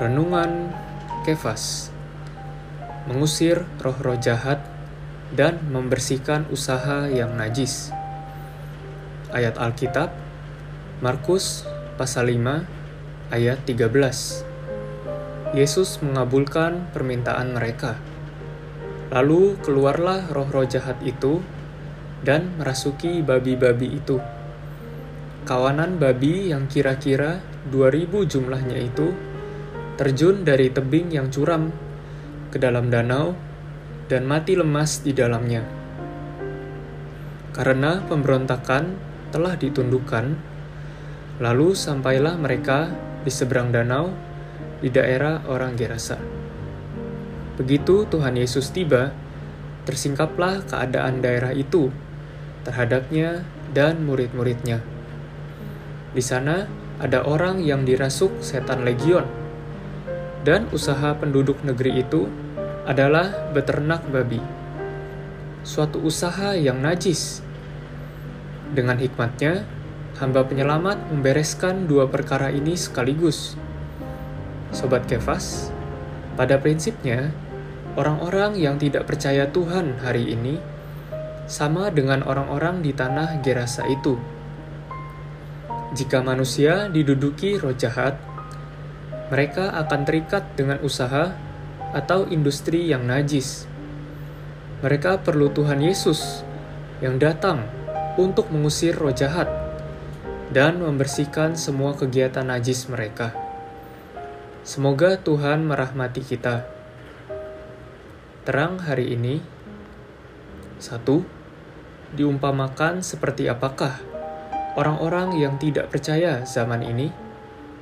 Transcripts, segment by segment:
Renungan Kefas, mengusir roh-roh jahat dan membersihkan usaha yang najis. Ayat Alkitab, Markus pasal 5 ayat 13. Yesus mengabulkan permintaan mereka. Lalu keluarlah roh-roh jahat itu dan merasuki babi-babi itu. Kawanan babi yang kira-kira 2000 jumlahnya itu terjun dari tebing yang curam ke dalam danau dan mati lemas di dalamnya. Karena pemberontakan telah ditundukkan, lalu sampailah mereka di seberang danau di daerah orang Gerasa. Begitu Tuhan Yesus tiba, tersingkaplah keadaan daerah itu terhadapnya dan murid-muridnya. Di sana ada orang yang dirasuk setan legion, dan usaha penduduk negeri itu adalah beternak babi. Suatu usaha yang najis. Dengan hikmatnya, hamba penyelamat membereskan dua perkara ini sekaligus. Sobat Kefas, pada prinsipnya, orang-orang yang tidak percaya Tuhan hari ini sama dengan orang-orang di tanah Gerasa itu. Jika manusia diduduki roh jahat, mereka akan terikat dengan usaha atau industri yang najis. Mereka perlu Tuhan Yesus yang datang untuk mengusir roh jahat dan membersihkan semua kegiatan najis mereka. Semoga Tuhan merahmati kita. Terang hari ini. 1. Diumpamakan seperti apakah orang-orang yang tidak percaya zaman ini?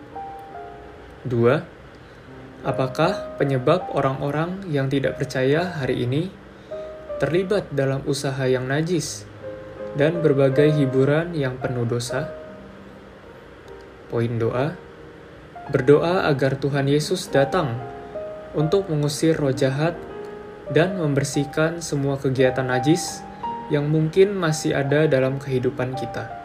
2. Apakah penyebab orang-orang yang tidak percaya hari ini terlibat dalam usaha yang najis dan berbagai hiburan yang penuh dosa? Poin doa. Berdoa agar Tuhan Yesus datang untuk mengusir roh jahat dan membersihkan semua kegiatan najis yang mungkin masih ada dalam kehidupan kita.